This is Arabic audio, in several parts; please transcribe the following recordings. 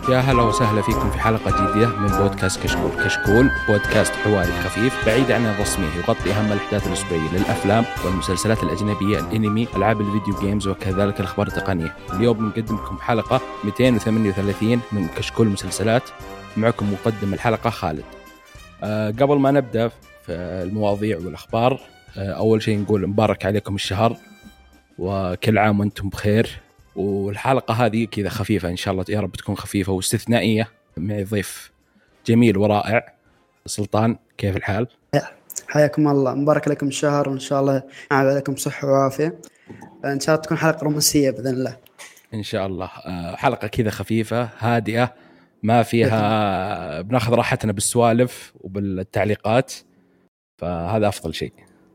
يا هلا وسهلا فيكم في حلقة جديدة من بودكاست كشكول. كشكول بودكاست حواري خفيف بعيد عن الرسمية، يغطي أهم الأحداث الأسبوعية للأفلام والمسلسلات الأجنبية، الأنمي، ألعاب الفيديو جيمز، وكذلك الأخبار التقنية. اليوم بنقدم لكم حلقة 238 من كشكول مسلسلات. معكم مقدم الحلقة خالد. قبل ما نبدأ في المواضيع والأخبار، أول شيء نقول مبارك عليكم الشهر وكل عام وأنتم بخير. والحلقة هذه كذا خفيفة إن شاء الله، يا رب تكون خفيفة واستثنائية. معي ضيف جميل ورائع. سلطان، كيف الحال؟ حياكم الله، مبارك لكم الشهر وإن شاء الله عليكم صحة وعافية. إن شاء الله تكون حلقة رومانسية بإذن الله. إن شاء الله. حلقة كذا خفيفة هادئة، ما فيها بناخذ راحتنا بالسوالف وبالتعليقات، فهذا أفضل شيء.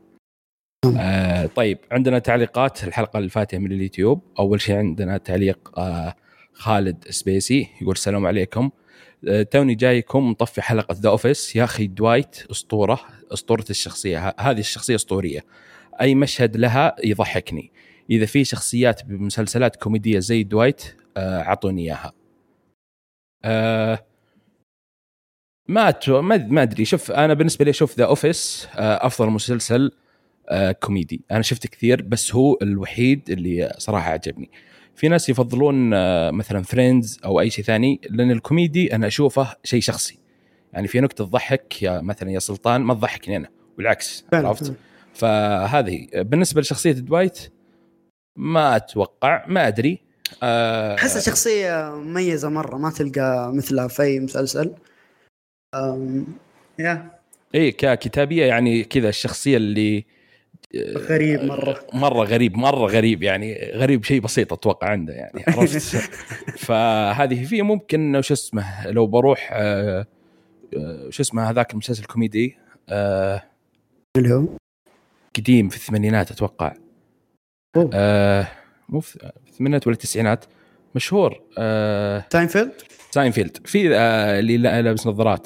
طيب، عندنا تعليقات الحلقة الفاتحة من اليوتيوب. أول شيء عندنا تعليق خالد سبيسي يقول السلام عليكم، توني جايكم مطفي حلقة ذا أوفيس. يا أخي دوايت أسطورة الشخصية، هذه الشخصية أسطورية، أي مشهد لها يضحكني. إذا في شخصيات بمسلسلات كوميدية زي دوايت عطوني إياها. ما أدري. شوف، أنا بالنسبة لي شوف ذا أوفيس أفضل مسلسل كوميدي. أنا شفت كثير بس هو الوحيد اللي صراحة عجبني. في ناس يفضلون مثلا فريندز أو أي شيء ثاني، لأن الكوميدي أنا أشوفه شيء شخصي. يعني في نكتة تضحك يا مثلا يا سلطان ما تضحكني أنا، والعكس، عرفت؟ فهذه بالنسبة لشخصية دوايت ما أتوقع، ما أدري. أحسها شخصية مميزة مرة، ما تلقى مثلها في أي مسلسل. إيه ككتابية يعني كذا الشخصية اللي غريب مرة غريب يعني غريب شيء بسيط أتوقع عنده يعني، عرفت؟ فهذه فيه ممكن وش اسمه لو بروح وش اسمه هذاك المسلسل الكوميدي اللي هو قديم في الثمانينات أتوقع، مو في الثمانينات ولا التسعينات، مشهور، ساينفيلد في اللي لابس نظارات.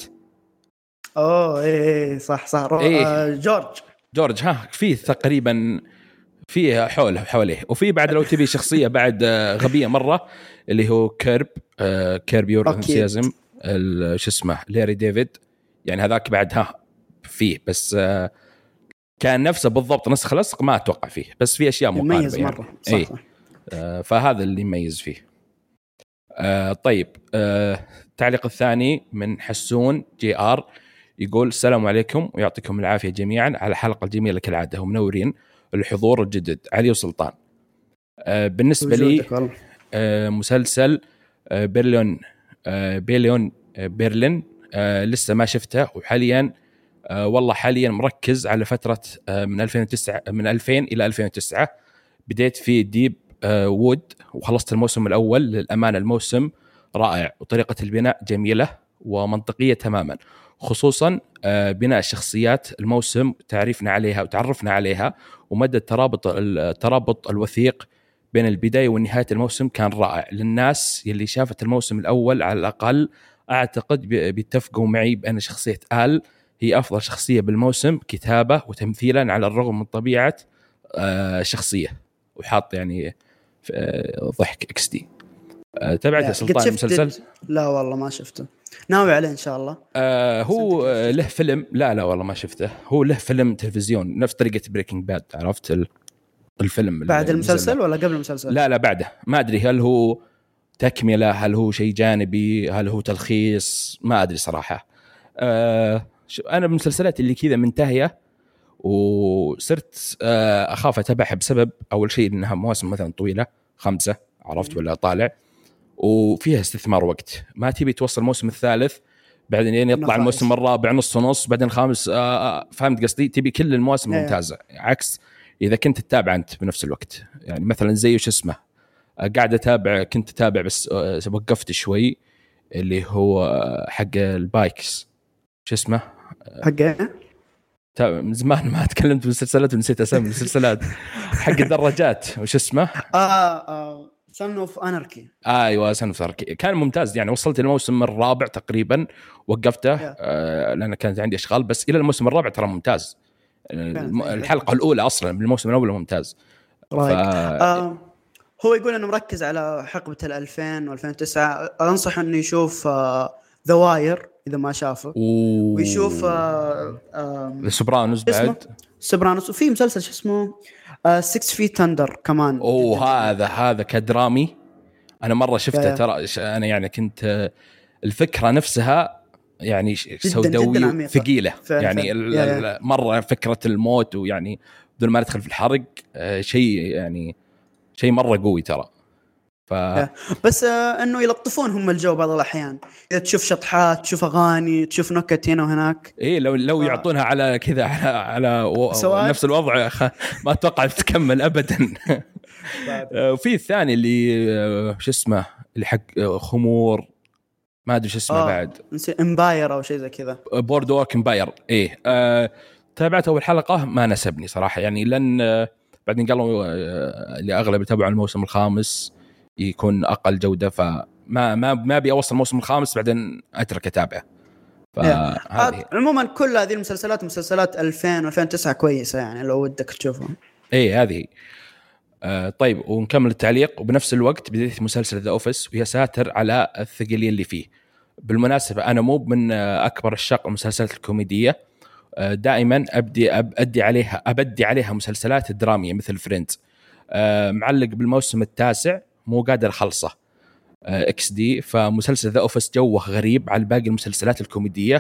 إيه صح إيه جورج ها، فيه تقريبا فيه حوله. وفي بعد لو تبي شخصية بعد غبية مرة اللي هو كيرب يور انثيازم، شو اسمه لاري ديفيد، يعني هذاك بعد فيه، بس كان نفسه بالضبط نسخ لصق ما أتوقع فيه، بس في أشياء مقاربة يعني. مرة صح. فهذا اللي يميز فيه. طيب، التعليق الثاني من حسون جي آر يقول السلام عليكم ويعطيكم العافية جميعا على الحلقة الجميلة كالعادة، ومنورين الحضور الجدد علي وسلطان. بالنسبة لي مسلسل برلين لسه ما شفته، وحاليا والله حاليا مركز على فترة من 2000 إلى 2009. بديت في ديب وود وخلصت الموسم الأول. للأمانة الموسم رائع، وطريقة البناء جميلة ومنطقية تماما، خصوصا بناء الشخصيات. الموسم تعرفنا عليها ومدى الترابط الوثيق بين البداية والنهاية. الموسم كان رائع. للناس يلي شافت الموسم الأول على الأقل أعتقد بيتفقوا معي بأن شخصية آل هي أفضل شخصية بالموسم كتابة وتمثيلا، على الرغم من طبيعة شخصية وحاط يعني ضحك اكس دي. تابعت سلطان المسلسل؟ لا والله ما شفته، ناوي عليه إن شاء الله. هو له فيلم، لا والله ما شفته. هو له فيلم تلفزيون نفس طريقة بريكنج باد، عرفت الفيلم بعد المسلسل ولا قبل المسلسل؟ لا بعده. ما أدري هل هو تكملة، هل هو شيء جانبي، هل هو تلخيص، ما أدري صراحة. أنا بالمسلسلات اللي كذا منتهية وصرت أخاف أتابعها بسبب أول شيء إنها مواسم مثلا طويلة 5، عرفت ولا طالع، وفيها استثمار وقت. ما تبي توصل الموسم الثالث بعدين يطلع الموسم الرابع نص بعدين الخامس. فهمت قصدي؟ تبي كل المواسم ممتازة، عكس إذا كنت تتابع أنت بنفس الوقت. يعني مثلا زي وش اسمه قاعد أتابع، كنت أتابع بس وقفت شوي، اللي هو حق البايكس، شو اسمه حقه من زمان ما تكلمت بالسلسلات ونسيت اسامي السلسلات. حق الدراجات وش اسمه سن اوف اناركي. ايوه سن اوف اناركي كان ممتاز. يعني وصلت الموسم الرابع تقريبا وقفته لان كانت عندي اشغال، بس الى الموسم الرابع ترى ممتاز. الحلقه الاولى اصلا بالموسم الاول ممتاز. هو يقول انه مركز على حقبه 2000 و2009. انصح انه يشوف ذا واير اذا ما شافه، ويشوف السوبرانوس بعد. سوبرانوس، وفي مسلسل شو اسمه 6 فيت اندر كمان. هذا كدرامي انا مره شفته. ترى انا يعني كنت الفكره نفسها يعني سوداوية ثقيله يعني مره فكره الموت، ويعني بدون ما ندخل في الحرق شيء يعني شيء مره قوي ترى. بس انه يلطفون هم الجو بعض الاحيان، اذا تشوف شطحات، تشوف اغاني، تشوف نكت هنا وهناك. ايه لو يعطونها على كذا على نفس الوضع ما اتوقع تكمل ابدا. وفي الثاني اللي شو اسمه اللي حق خمور، ما ادري شو اسمه بعد، امباير او شيء زي كذا، بورد وورك امباير. ايه تابعت اول حلقه ما نسبني صراحه، يعني لان بعدين قالوا اللي اغلب يتابعوا الموسم الخامس يكون اقل جوده، فما ابي اوصل الموسم الخامس بعدين اترك اتابعه. عموما كل هذه المسلسلات مسلسلات 2000 و2009 كويسه يعني لو ودك تشوفهم. ايه هذه. طيب ونكمل التعليق. وبنفس الوقت بديت مسلسل ذا أوفيس، ويا ساتر على الثقلية اللي فيه. بالمناسبة أنا مو من أكبر الشق المسلسلات الكوميدية، دائما أبدي عليها مسلسلات درامية مثل فريندز. معلق بالموسم التاسع مو قادر أخلصه اكس دي. فمسلسل ذا أوفيس جوه غريب على باقي المسلسلات الكوميدية.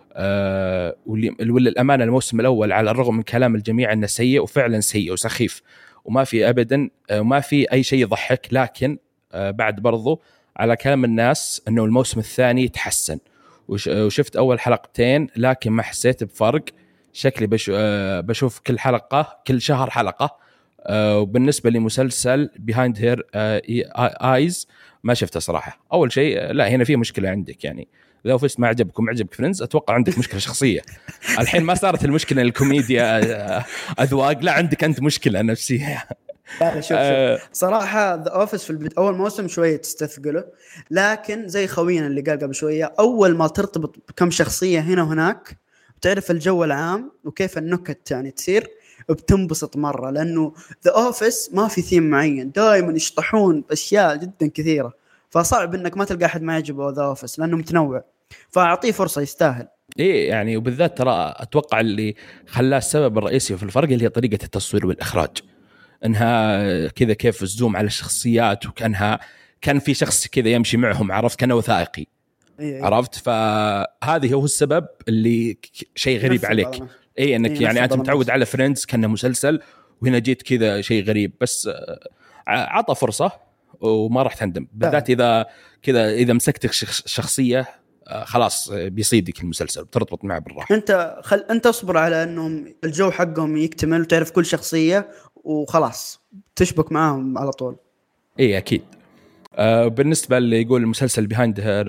واللي الأمانة الموسم الأول على الرغم من كلام الجميع أنه سيء، وفعلا سيء وسخيف وما في أبدا وما في أي شيء يضحك، لكن بعد برضو على كلام الناس أنه الموسم الثاني تحسن. وشفت أول حلقتين لكن ما حسيت بفرق. شكلي بشوف كل حلقة كل شهر حلقة. وبالنسبة لمسلسل Behind Her Eyes ما شفته صراحة. أول شيء لا، هنا في مشكلة عندك، يعني ذا أوفيس ما عجبكم عجبك فريندز، أتوقع عندك مشكلة شخصية. الحين ما صارت المشكلة الكوميديا أذواق، لا عندك أنت مشكلة نفسية. شوف صراحة ذا أوفيس في أول موسم شوية تستثقله، لكن زي خوينا اللي قال قبل شوية، أول ما ترتبط بكم شخصية هنا وهناك وتعرف الجو العام وكيف النكت يعني تصير، بتنبسط مرة. لأنه ذا أوفيس ما في ثيم معين، دائما يشطحون بأشياء جدا كثيرة، فصعب إنك ما تلقى أحد ما يعجبه ذا أوفيس لأنه متنوع، فأعطيه فرصة يستاهل. إيه يعني، وبالذات ترى أتوقع اللي خلاه السبب الرئيسي في الفرق اللي هي طريقة التصوير والإخراج، انها كذا كيف الزوم على الشخصيات، وكانها كان في شخص كذا يمشي معهم، عرفت، كانه وثائقي. عرفت، فهذه هو السبب اللي شيء غريب عليك. اي انك يعني انت متعود على فريندز كانه مسلسل، وهنا جيت كذا شيء غريب. بس عطى فرصة وما راح تندم، بالذات اذا كذا اذا مسكتك شخصية خلاص بيصيدك المسلسل بترتبط معه بالراحة. انت اصبر على انهم الجو حقهم يكتمل وتعرف كل شخصية وخلاص تشبك معهم على طول. ايه اكيد. بالنسبه اللي يقول المسلسل Behind Her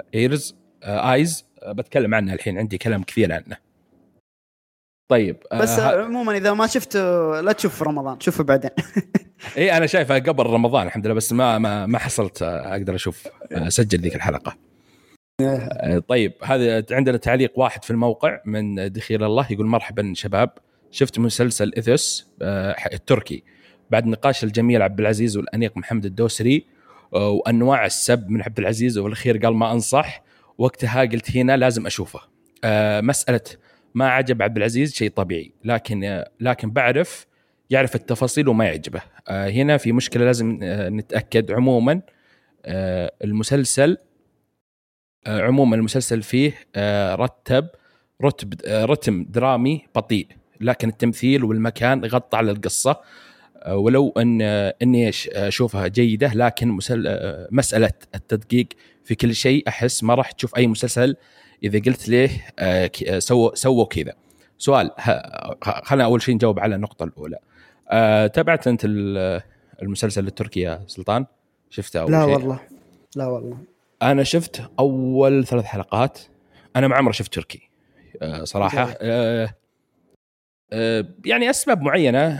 Eyes بتكلم عنه الحين، عندي كلام كثير عنه. طيب بس عموما اذا ما شفت لا تشوف في رمضان، شوفه بعدين. ايه انا شايفه قبل رمضان الحمد لله، بس ما حصلت اقدر اشوف اسجل ذيك الحلقه. طيب هذا عندنا تعليق واحد في الموقع من دخيل الله، يقول مرحبا شباب، شفت مسلسل إثوس التركي بعد نقاش الجميل عبد العزيز والأنيق محمد الدوسري وأنواع السب من عبد العزيز، والأخير قال ما أنصح. وقتها قلت هنا لازم أشوفه. مسألة ما عجب عبد العزيز شيء طبيعي، لكن يعرف التفاصيل وما يعجبه. هنا في مشكلة لازم نتأكد. عموما المسلسل فيه رتم درامي بطيء، لكن التمثيل والمكان غطى على القصة. ولو اني اشوفها جيدة، لكن مسألة التدقيق في كل شيء احس ما راح تشوف اي مسلسل اذا قلت ليه سووا كذا. سؤال، خلينا اول شيء نجاوب على النقطة الاولى. تابعت انت المسلسل التركي يا سلطان؟ شفته اول شيء؟ لا والله انا شفت اول 3 حلقات. انا ما عمري شفت تركي صراحة. يعني أسباب معينة،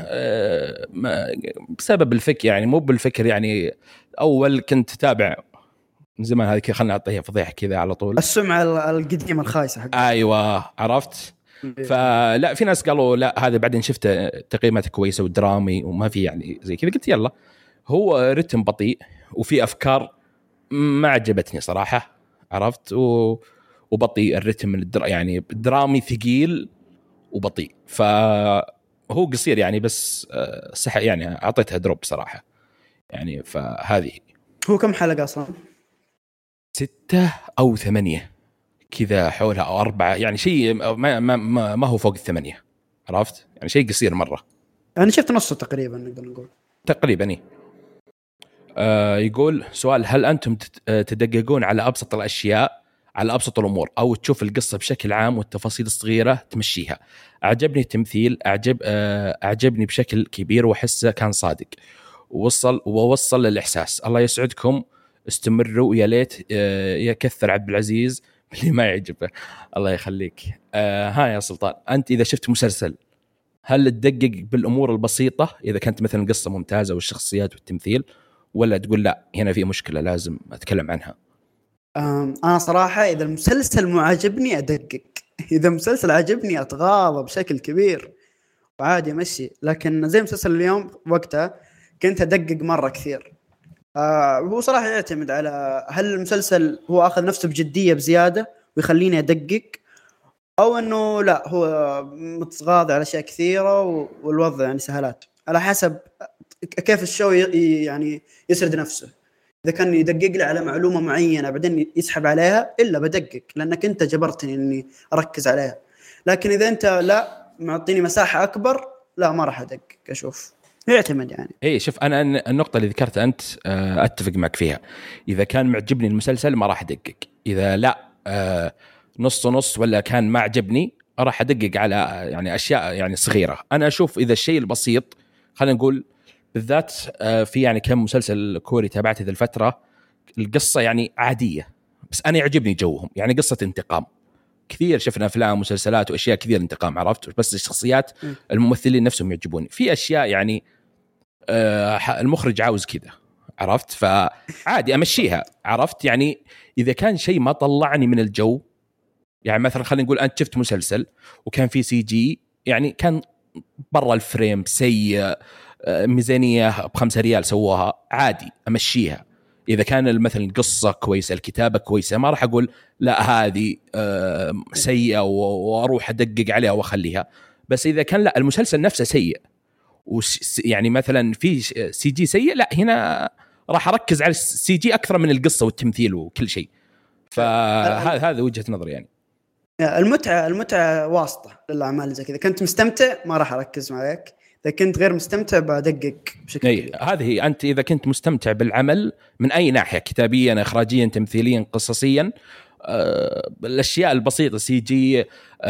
بسبب الفكر، يعني مو بالفكر. يعني أول كنت تابع من زمان، هذه خلنا نعطيها فضيحة كذا على طول، السمعة القديمة الخايسة حقا. أيوة عرفت. فلا في ناس قالوا لا هذا، بعدين شفت تقييمات كويسة ودرامي وما في يعني زي كذا، قلت يلا. هو رتم بطيء وفي افكار ما عجبتني صراحه، عرفت، وبطيء الرتم يعني درامي ثقيل وبطيء، فهو قصير يعني، بس صح يعني اعطيتها دروب صراحه يعني. فهذه هو كم حلقه اصلا؟ 6 أو 8 كذا حولها، أو 4 يعني، شيء ما هو فوق 8، عرفت يعني، شيء قصير مرة. انا شفت نصه تقريبا نقدر نقول تقريبا إيه. يقول سؤال: هل أنتم تدققون على أبسط الأشياء، على أبسط الأمور، أو تشوف القصة بشكل عام والتفاصيل الصغيرة تمشيها؟ أعجبني التمثيل، أعجبني بشكل كبير، وحسه كان صادق ووصل للإحساس. الله يسعدكم، استمروا، يا ليت يكثر عبد العزيز اللي ما يعجبه. الله يخليك. ها يا سلطان، أنت إذا شفت مسلسل هل تدقق بالأمور البسيطة إذا كانت مثلا قصة ممتازة والشخصيات والتمثيل، ولا تقول لا هنا في مشكلة لازم أتكلم عنها؟ أنا صراحة إذا المسلسل مو عاجبني أدقق إذا مسلسل عاجبني أتغاضى بشكل كبير وعادي مشي. لكن زي مسلسل اليوم وقتها كنت أدقق مرة كثير. هو صراحة يعتمد على هل المسلسل هو أخذ نفسه بجدية بزيادة ويخليني أدقق، أو أنه لا هو متغاضى على أشياء كثيرة والوضع يعني سهلات، على حسب كيف الشو يعني يسرد نفسه. إذا كان يدقق لي على معلومة معينة بعدين يسحب عليها، إلا بدقق لأنك أنت جبرتني إني أركز عليها. لكن إذا أنت لا معطيني مساحة أكبر، لا ما راح أدقق. أشوف يعتمد يعني. إيه شوف، أنا النقطة اللي ذكرتها أنت أتفق معك فيها. إذا كان معجبني المسلسل ما راح أدقق، إذا لا نص نص ولا كان ما عجبني راح أدقق على يعني أشياء يعني صغيرة. أنا أشوف إذا الشيء البسيط، خلينا نقول بالذات في يعني كم مسلسل كوري تابعته ذي الفترة، القصة يعني عادية بس أنا يعجبني جوهم، يعني قصة انتقام. كثير شفنا أفلام ومسلسلات وأشياء كثير انتقام، عرفت، بس الشخصيات الممثلين نفسهم يعجبوني. في أشياء يعني المخرج عاوز كذا، عرفت، فعادي أمشيها، عرفت يعني. إذا كان شيء ما طلعني من الجو، يعني مثلا خلينا نقول أنت شفت مسلسل وكان في سي جي يعني كان برا الفريم سيء، ميزانية ب5 ريال سووها، عادي أمشيها. إذا كان مثلا القصة كويسة، الكتابة كويسة، ما راح أقول لا هذه سيئة وأروح أدقق عليها وأخليها. بس إذا كان لا المسلسل نفسه سيء يعني مثلا في سي جي سيء، لا هنا راح أركز على السي جي أكثر من القصة والتمثيل وكل شيء. فهذا وجهة نظري يعني. المتعة واسطة للأعمال زي كذا. كنت مستمتع ما راح أركز معك، إذا كنت غير مستمتع بدقق بشكل كبير. هذه أنت إذا كنت مستمتع بالعمل من أي ناحية، كتابيا، إخراجيا، تمثيليا، قصصيا، الأشياء البسيطة، سي جي،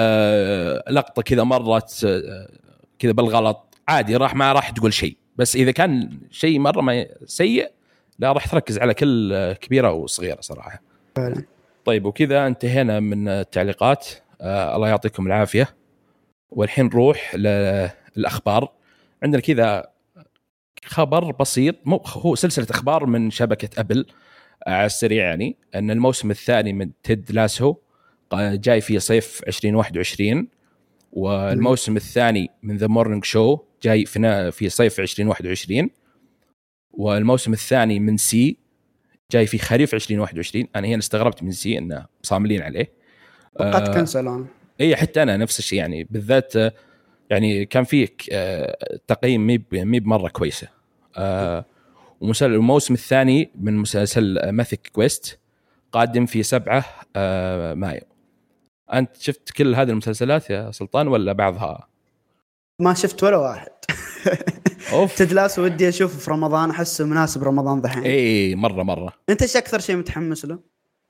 لقطة كذا مرت كذا بالغلط، عادي ما راح تقول شيء. بس إذا كان شيء مرة ما سيء، لا راح تركز على كل كبيرة وصغيرة صراحة. فعلا. طيب وكذا انتهينا من التعليقات. الله يعطيكم العافية. والحين نروح للأخبار. عندنا كذا خبر بسيط، هو سلسلة أخبار من شبكة أبل على السريع، يعني أن الموسم الثاني من تيد لاسو جاي في صيف 2021، والموسم الثاني من ذا مورنينج شو جاي في صيف 2021، والموسم الثاني من سي جاي في خريف 2021. أنا هنا استغربت من سي إنه صاملين عليه، قد كنسلون. إيه حتى أنا نفس الشيء يعني، بالذات يعني كان فيه تقييم ميب مرة كويسة. والموسم الثاني من مسلسل ماثيك كويست قادم في 7 مايو. أنت شفت كل هذه المسلسلات يا سلطان ولا بعضها؟ ما شفت ولا واحد. تدلاس ودي أشوفه في رمضان، أحسه مناسب رمضان ذحين. إيه مرة. أنت إيش أكثر شيء متحمس له؟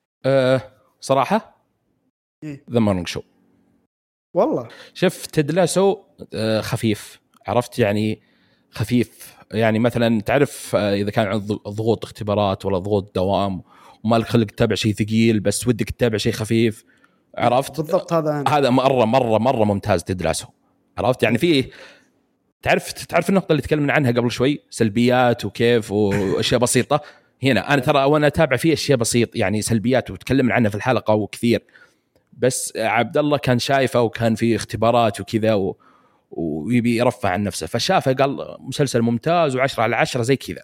صراحة ذا مورنينج شو. والله شفت تدلاسو خفيف، عرفت يعني خفيف، يعني مثلا تعرف إذا كان عند ضغوط اختبارات ولا ضغوط دوام وما لك خلق تتابع شيء ثقيل بس ودك تتابع شيء خفيف، عرفت بالضبط. هذا مرة ممتاز تدلاسو، عرفت يعني فيه تعرف النقطة اللي تكلمنا عنها قبل شوي، سلبيات وكيف وأشياء بسيطة. هنا أنا ترى وأنا أتابع فيه أشياء بسيط يعني سلبيات وتكلمنا عنها في الحلقة وكثير، بس عبد الله كان شايفه وكان في اختبارات وكذا ويبي يرفع عن نفسه، فشافه قال مسلسل ممتاز و10 على 10 زي كذا.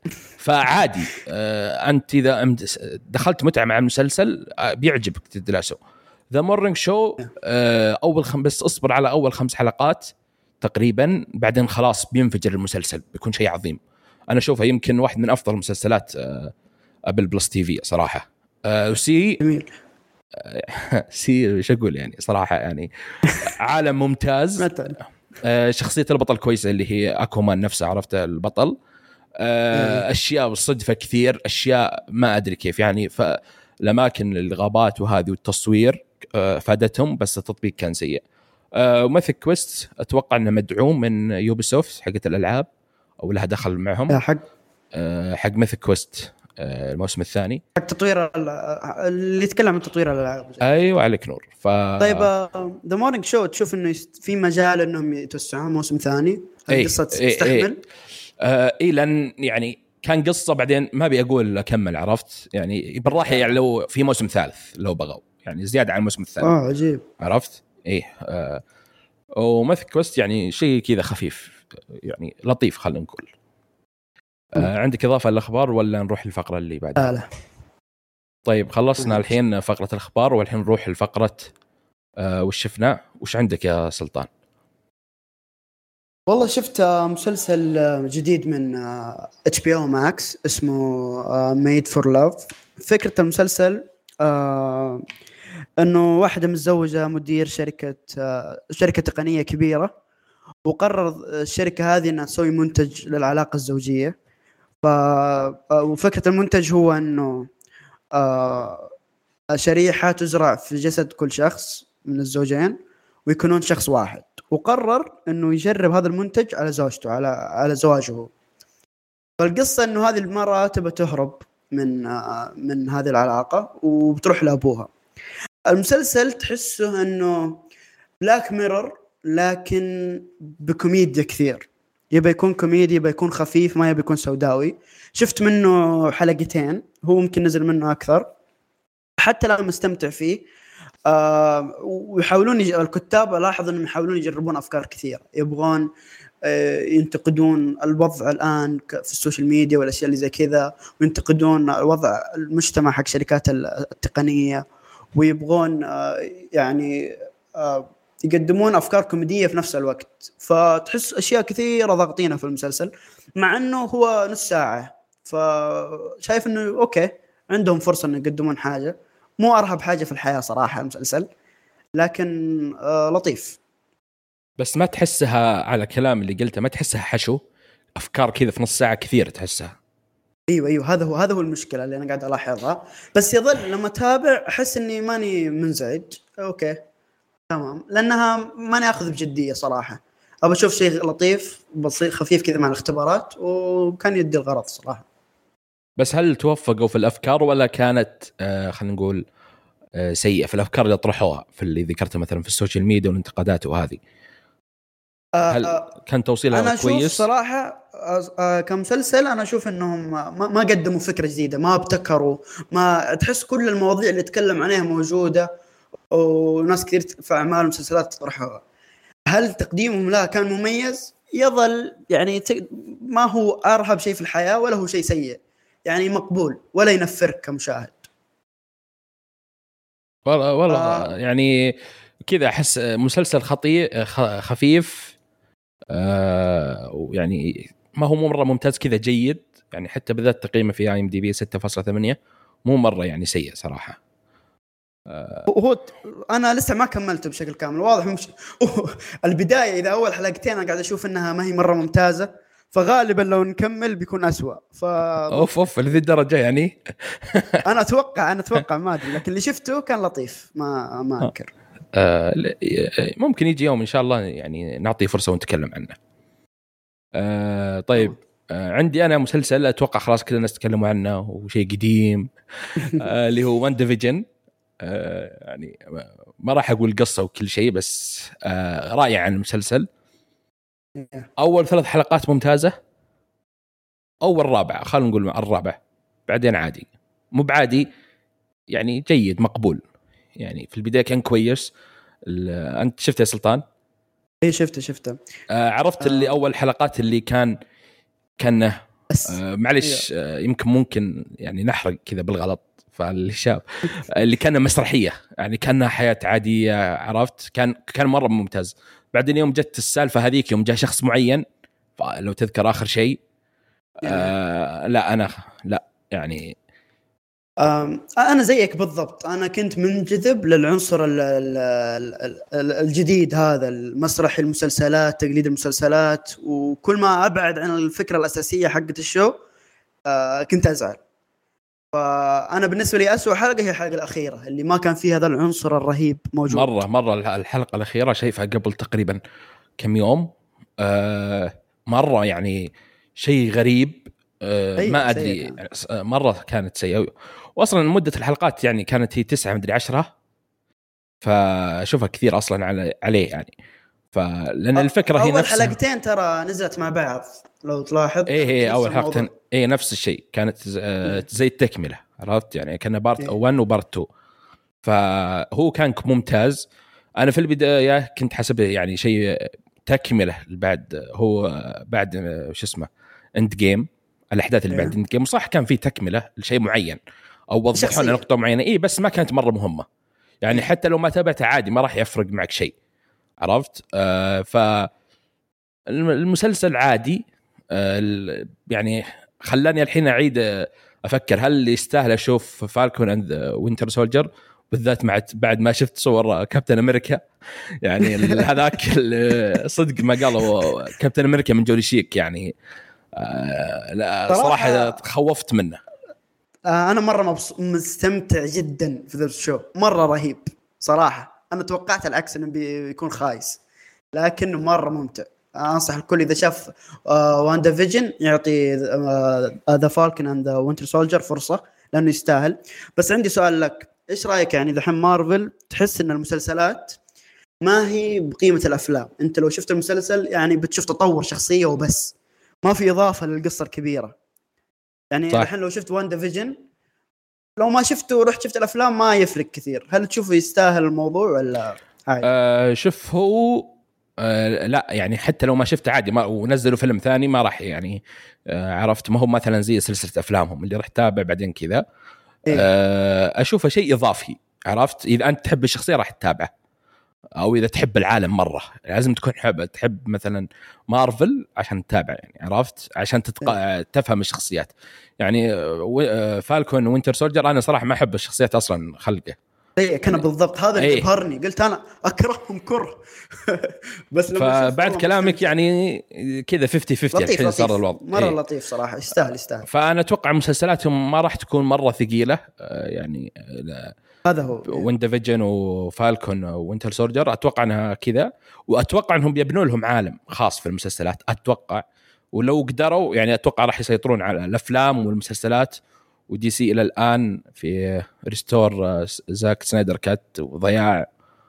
فعادي انت اذا دخلت متعه مع المسلسل بيعجبك تدرسه. ذا مورنينج شو اول بس اصبر على اول 5 حلقات تقريبا، بعدين خلاص بينفجر المسلسل، بيكون شيء عظيم. انا اشوفه يمكن واحد من افضل المسلسلات ابل بلس تي في صراحه. وسي جميل. سي ايش اقول يعني صراحه يعني عالم ممتاز. شخصيه البطل كويسه اللي هي اكومان نفسه، عرفت البطل. اشياء بالصدفه كثير، اشياء ما ادري كيف يعني. فالاماكن الغابات وهذه والتصوير فادتهم، بس التطبيق كان سيء. وماثيك كويست اتوقع انه مدعوم من يوبيسوفت حقه الالعاب او لها دخل معهم. حق ماثيك كويست الموسم الثاني حق تطوير اللي يتكلم عن تطوير الالعاب. ايوه عليك نور. طيب ذا مورنينج شو تشوف انه في مجال انهم يتوسعون موسم ثاني؟ القصه تستحمل؟ اي لان يعني كان قصه، بعدين ما ابي اقول اكمل، عرفت يعني بالراحه. يعني لو في موسم ثالث لو بغوا يعني زياده عن الموسم الثالث. عجيب. عرفت ايه. وماثيك كويست يعني شيء كذا خفيف يعني لطيف خلينا نقول. عندك اضافه للاخبار ولا نروح للفقره اللي بعدها؟ لا. طيب خلصنا الحين فقره الاخبار، والحين نروح لفقره وش شفنا. وش عندك يا سلطان؟ والله شفت مسلسل جديد من HBO Max اسمه Made for Love. فكرة المسلسل انه واحدة متزوجة مدير شركة تقنية كبيرة، وقرر الشركة هذه انها تسوي منتج للعلاقة الزوجية. وفكرة المنتج هو انه شريحة تزرع في جسد كل شخص من الزوجين ويكونون شخص واحد. وقرر انه يجرب هذا المنتج على زوجته، على زواجه. فالقصة انه هذه المرأة تبى تهرب من هذه العلاقة وبتروح لأبوها. المسلسل تحسه انه بلاك ميرور لكن بكوميديا كثير. يبى يكون كوميدي، يبى يكون خفيف، ما يبى يكون سوداوي. شفت منه حلقتين، هو ممكن نزل منه أكثر. حتى لو مستمتع فيه. ويحاولون الكتاب لاحظ انهم يحاولون يجربون افكار كثيره، يبغون ينتقدون الوضع الان في السوشيال ميديا والاشياء اللي زي كذا، وينتقدون وضع المجتمع حق شركات التقنيه، ويبغون يعني يقدمون افكار كوميديه في نفس الوقت. فتحس اشياء كثيره ضاغطينها في المسلسل مع انه هو نص ساعه. فشايف انه اوكي عندهم فرصه انه يقدمون حاجه. مو أرهب حاجة في الحياة صراحة المسلسل، لكن لطيف. بس ما تحسها على كلام اللي قلته، ما تحسها حشو أفكار كذا في نص ساعة كثير تحسها؟ أيوة هذا هو المشكلة اللي أنا قاعد ألاحظها. بس يظل لما أتابع أحس إني ماني منزعج. أوكي تمام، لأنها ماني أخذ بجدية صراحة. أبى أشوف شيء لطيف بسيط خفيف كذا مع الاختبارات، وكان يدي الغرض صراحة. بس هل توفقوا في الأفكار ولا كانت خلينا نقول سيئة في الأفكار اللي طرحوها في اللي ذكرته مثلا في السوشيال ميديا والانتقادات وهذه؟ هل كان توصيلها أنا كويس؟ أشوف صراحة كمسلسل أنا أشوف إنهم ما قدموا فكرة جديدة، ما ابتكروا. ما تحس كل المواضيع اللي تكلم عليها موجودة، وناس كثير في أعمال المسلسلات تطرحها. هل تقديمهم لا كان مميز؟ يظل يعني ما هو أرهب شيء في الحياة ولا هو شيء سيء، يعني مقبول ولا ينفرك كمشاهد. والله يعني كذا أحس مسلسل خفيف يعني ما هو مرة ممتاز كذا، جيد يعني. حتى بالذات تقييمه في IMDb 6.8، مو مرة يعني سيء صراحة. هو أنا لسه ما كملته بشكل كامل، واضح مش البداية. إذا أول حلقتين أنا قاعد أشوف إنها ما هي مرة ممتازة، فغالبا لو نكمل بيكون أسوأ. أوف لذي الدرجة يعني. أنا أتوقع ما أدري، لكن اللي شفته كان لطيف، ما أنكر. ممكن يجي يوم إن شاء الله يعني نعطيه فرصة ونتكلم عنه. طيب عندي أنا مسلسل أتوقع خلاص كل الناس تكلموا عنه وشيء قديم. اللي هو وان ديفيجن. يعني ما راح أقول قصة وكل شيء، بس رائع عن المسلسل. أول 3 حلقات ممتازة، أول رابعة خلينا نقول مع الرابع، بعدين عادي، مو بعادي يعني، جيد مقبول يعني. في البداية كان كويس. أنت شفته يا سلطان؟ إيه شفته. عرفت اللي أول حلقات اللي كان بس معلش يمكن ممكن يعني نحرق كذا بالغلط، فاللي شاف اللي كان مسرحيه يعني كانها حياه عاديه، عرفت، كان مره ممتاز. بعدين يوم جت السالفه هذيك، يوم جاء شخص معين لو تذكر اخر شيء لا انا لا يعني انا زيك بالضبط، انا كنت منجذب للعنصر الجديد هذا، المسرح، المسلسلات، تقليد المسلسلات، وكل ما ابعد عن الفكره الاساسيه حقت الشو كنت ازعل. فانا بالنسبه لي اسوأ حلقه هي الحلقه الاخيره اللي ما كان فيها هذا العنصر الرهيب موجود. مره الحلقه الاخيره شايفها قبل تقريبا كم يوم، مره يعني شيء غريب، ما ادري يعني مره كانت سيئه. واصلا مده الحلقات يعني كانت هي 9 مدري 10، فاشوفها كثير اصلا عليه يعني. فلان الفكره هي اول حلقتين ترى نزلت مع بعض لو تلاحظ. ايه اول حلقتين ايه نفس الشيء، كانت زي التكمله، عرفت يعني كان بارت 1 وبارت 2. فهو كان ممتاز. انا في البدايه كنت حسبه يعني شيء تكمله بعد، هو بعد شو اسمه اند جيم، الاحداث اللي بعد اند جيم، صح كان في تكمله لشيء معين او وضحوا لنا نقطه معينه، ايه بس ما كانت مره مهمه يعني. حتى لو ما تابعته عادي ما راح يفرق معك شيء، عرفت. فالمسلسل عادي، يعني خلاني الحين اعيد افكر هل يستاهل اشوف فالكون اند وينتر سولجر، بالذات بعد ما شفت صور كابتن امريكا يعني هذاك صدق ما قالوا كابتن امريكا من جولي شيك يعني. لا صراحه خوفت منه. انا مره مستمتع جدا في ذا الشو، مره رهيب صراحه. انا توقعت العكس انه بيكون خايس، لكنه مره ممتع. انصح الكل اذا شاف واندا فيجن يعطي ذا فالكون اند وينتر سولجر فرصه، لانه يستاهل. بس عندي سؤال لك، ايش رايك يعني دحين مارفل تحس ان المسلسلات ما هي بقيمه الافلام؟ انت لو شفت المسلسل يعني بتشوف تطور شخصيه وبس، ما في اضافه للقصه الكبيره. يعني الحين لو شفت واندا فيجن، لو ما شفته ورحت شفت الافلام ما يفرق كثير. هل تشوفه يستاهل الموضوع ولا عادي؟ شوف هو لا يعني حتى لو ما شفته عادي، ما ونزلوا فيلم ثاني ما راح يعني عرفت، ما هو مثلا زي سلسله افلامهم اللي راح تتابع بعدين كذا. اشوفه شيء اضافي، عرفت. اذا انت تحب الشخصيه راح تتابعه، او اذا تحب العالم مره لازم تكون تحب مثلا مارفل عشان تتابع يعني، عرفت، عشان تفهم الشخصيات يعني. فالكون وينتر سولجر انا صراحه ما احب الشخصيات اصلا خلقه. كان بالضبط هذا اللي ابهرني، قلت انا اكرههم كره بس لما فبعد كلامك يعني كذا 50-50 الحين صار الوضع مره لطيف صراحه، يستاهل. فانا اتوقع مسلسلاتهم ما راح تكون مره ثقيله يعني. هذا هو ويندا فيجن وفالكون وينتر سولجر اتوقع انها كذا، واتوقع انهم بيبنوا لهم عالم خاص في المسلسلات اتوقع. ولو قدروا يعني اتوقع راح يسيطرون على الافلام والمسلسلات. ودي سي الى الان في ريستور زاك سنايدر كات وضياع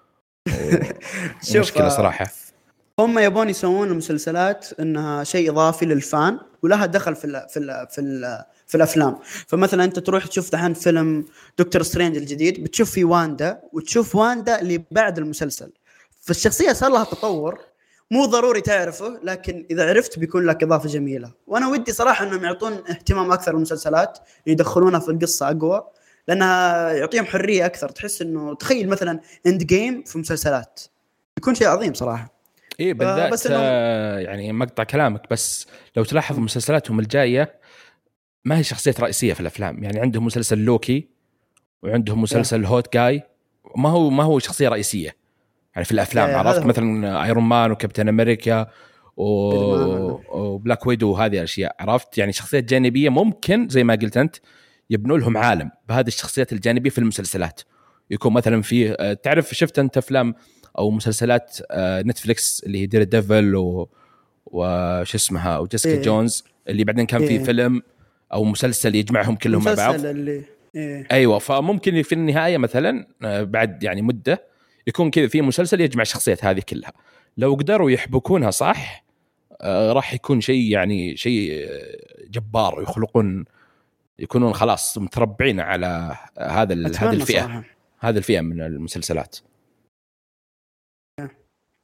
مشكله صراحه. هم يبون يسوون المسلسلات انها شيء اضافي للفان ولها دخل في الافلام. فمثلا انت تروح تشوف دحين فيلم دكتور سترينج الجديد، بتشوف في واندا وتشوف واندا اللي بعد المسلسل، فالشخصيه صار لها تطور. مو ضروري تعرفه، لكن اذا عرفت بيكون لك اضافه جميله. وانا ودي صراحه انهم يعطون اهتمام اكثر للمسلسلات، يدخلونها في القصه اقوى، لانها يعطيهم حريه اكثر. تحس انه تخيل مثلا اند جيم في مسلسلات يكون شيء عظيم صراحه. ايه بالذات يعني مقطع كلامك، بس لو تلاحظ مسلسلاتهم الجايه ما هي شخصية رئيسية في الأفلام. يعني عندهم مسلسل لوكي وعندهم مسلسل هوت جاي، ما هو شخصية رئيسية يعني في الأفلام، عرفت. مثلا ايرون مان وكابتن أمريكا وبلاك ويدو وهذه الأشياء، عرفت. يعني شخصيات جانبية ممكن زي ما قلت أنت يبنوا لهم عالم بهذه الشخصيات الجانبية في المسلسلات. يكون مثلا في تعرف شفت أنت أفلام أو مسلسلات نتفليكس اللي هي دير ديفل وش اسمها وجيسيكا جونز، اللي بعدين كان في فيلم او مسلسل يجمعهم كلهم مع بعض. ايوه، فممكن في النهايه مثلا بعد يعني مده يكون كذا في مسلسل يجمع الشخصيات هذه كلها. لو قدروا يحبكونها صح راح يكون شيء يعني شيء جبار، يكونون خلاص متربعين على هذه الفئه هذه الفئه من المسلسلات.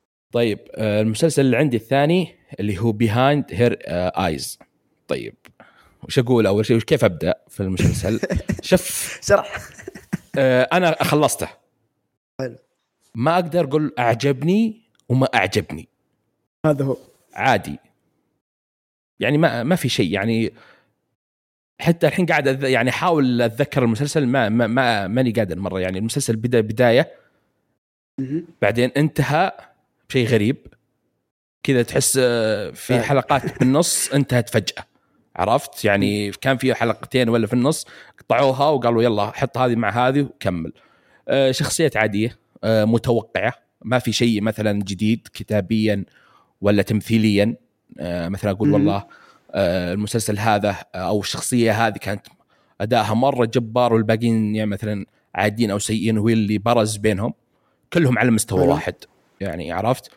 طيب المسلسل اللي عندي الثاني اللي هو Behind Her Eyes. طيب وش اقول اول شيء كيف ابدا في المسلسل. شوف شرح. انا خلصته. حلو. ما اقدر اقول اعجبني وما اعجبني، هذا هو عادي يعني ما في شيء يعني. حتى الحين قاعد يعني احاول اتذكر المسلسل ماني قادر مره. يعني المسلسل بدايه بعدين انتهى بشيء غريب كذا، تحس في حلقات بالنص انتهت فجأة، عرفت يعني كان في حلقتين ولا في النص قطعوها وقالوا يلا حط هذه مع هذه وكمل. شخصيات عادية متوقعة، ما في شيء مثلا جديد كتابيا ولا تمثيليا. مثلا أقول والله المسلسل هذا أو الشخصية هذه كانت أداءها مرة جبار والباقيين يعني مثلا عاديين أو سيئين، وهي اللي برز بينهم. كلهم على مستوى واحد يعني، عرفت.